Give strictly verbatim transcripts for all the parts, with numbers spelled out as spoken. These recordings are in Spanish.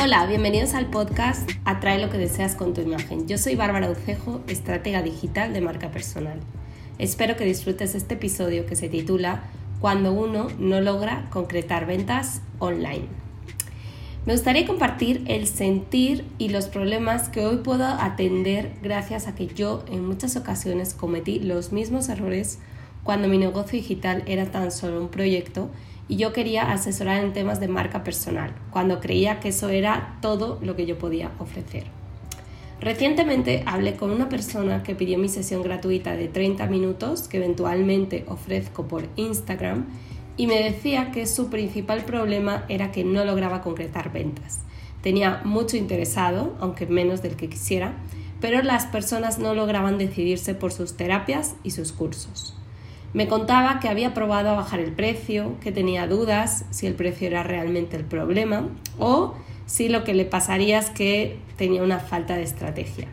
Hola, bienvenidos al podcast Atrae lo que deseas con tu imagen. Yo soy Bárbara Ucejo, estratega digital de marca personal. Espero que disfrutes este episodio que se titula Cuando uno no logra concretar ventas online. Me gustaría compartir el sentir y los problemas que hoy puedo atender gracias a que yo en muchas ocasiones cometí los mismos errores cuando mi negocio digital era tan solo un proyecto y yo quería asesorar en temas de marca personal, cuando creía que eso era todo lo que yo podía ofrecer. Recientemente hablé con una persona que pidió mi sesión gratuita de treinta minutos que eventualmente ofrezco por Instagram y me decía que su principal problema era que no lograba concretar ventas. Tenía mucho interesado, aunque menos del que quisiera, pero las personas no lograban decidirse por sus terapias y sus cursos. Me contaba que había probado a bajar el precio, que tenía dudas si el precio era realmente el problema o si lo que le pasaría es que tenía una falta de estrategia.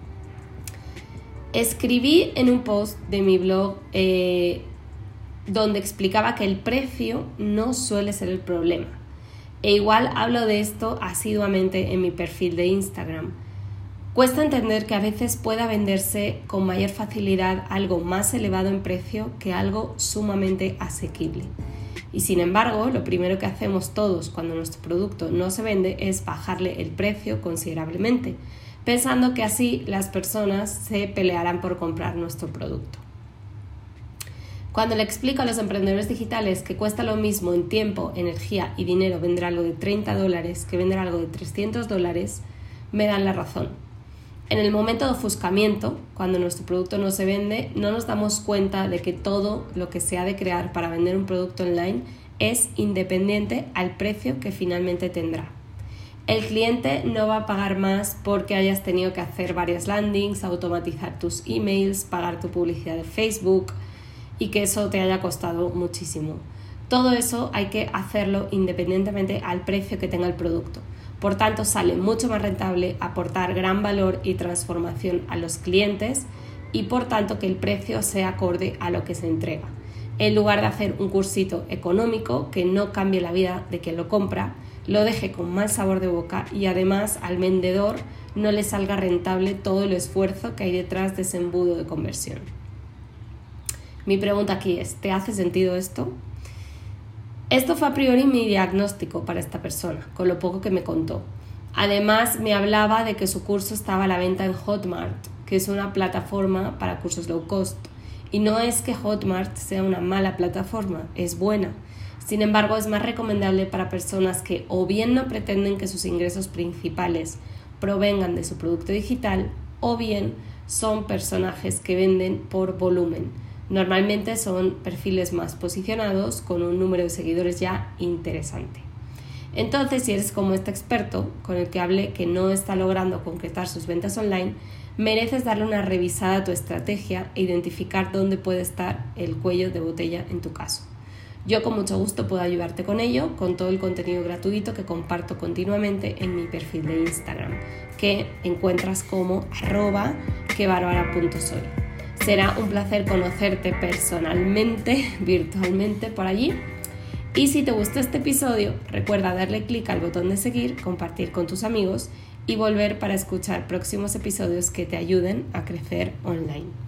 Escribí en un post de mi blog eh, donde explicaba que el precio no suele ser el problema. E igual hablo de esto asiduamente en mi perfil de Instagram. Cuesta entender que a veces pueda venderse con mayor facilidad algo más elevado en precio que algo sumamente asequible. Y sin embargo, lo primero que hacemos todos cuando nuestro producto no se vende es bajarle el precio considerablemente, pensando que así las personas se pelearán por comprar nuestro producto. Cuando le explico a los emprendedores digitales que cuesta lo mismo en tiempo, energía y dinero vender algo de treinta dólares que vender algo de trescientos dólares, me dan la razón. En el momento de ofuscamiento, cuando nuestro producto no se vende, no nos damos cuenta de que todo lo que se ha de crear para vender un producto online es independiente al precio que finalmente tendrá. El cliente no va a pagar más porque hayas tenido que hacer varias landings, automatizar tus emails, pagar tu publicidad de Facebook y que eso te haya costado muchísimo. Todo eso hay que hacerlo independientemente al precio que tenga el producto. Por tanto, sale mucho más rentable aportar gran valor y transformación a los clientes y por tanto que el precio sea acorde a lo que se entrega. En lugar de hacer un cursito económico que no cambie la vida de quien lo compra, lo deje con mal sabor de boca y además al vendedor no le salga rentable todo el esfuerzo que hay detrás de ese embudo de conversión. Mi pregunta aquí es, ¿te hace sentido esto? Esto fue a priori mi diagnóstico para esta persona, con lo poco que me contó. Además, me hablaba de que su curso estaba a la venta en Hotmart, que es una plataforma para cursos low cost. Y no es que Hotmart sea una mala plataforma, es buena. Sin embargo, es más recomendable para personas que o bien no pretenden que sus ingresos principales provengan de su producto digital, o bien son personajes que venden por volumen. Normalmente son perfiles más posicionados con un número de seguidores ya interesante. Entonces, si eres como este experto con el que hablé que no está logrando concretar sus ventas online, mereces darle una revisada a tu estrategia e identificar dónde puede estar el cuello de botella en tu caso. Yo con mucho gusto puedo ayudarte con ello, con todo el contenido gratuito que comparto continuamente en mi perfil de Instagram, que encuentras como arroba quebarbara punto soy. Será un placer conocerte personalmente, virtualmente por allí. Y si te gustó este episodio, recuerda darle clic al botón de seguir, compartir con tus amigos y volver para escuchar próximos episodios que te ayuden a crecer online.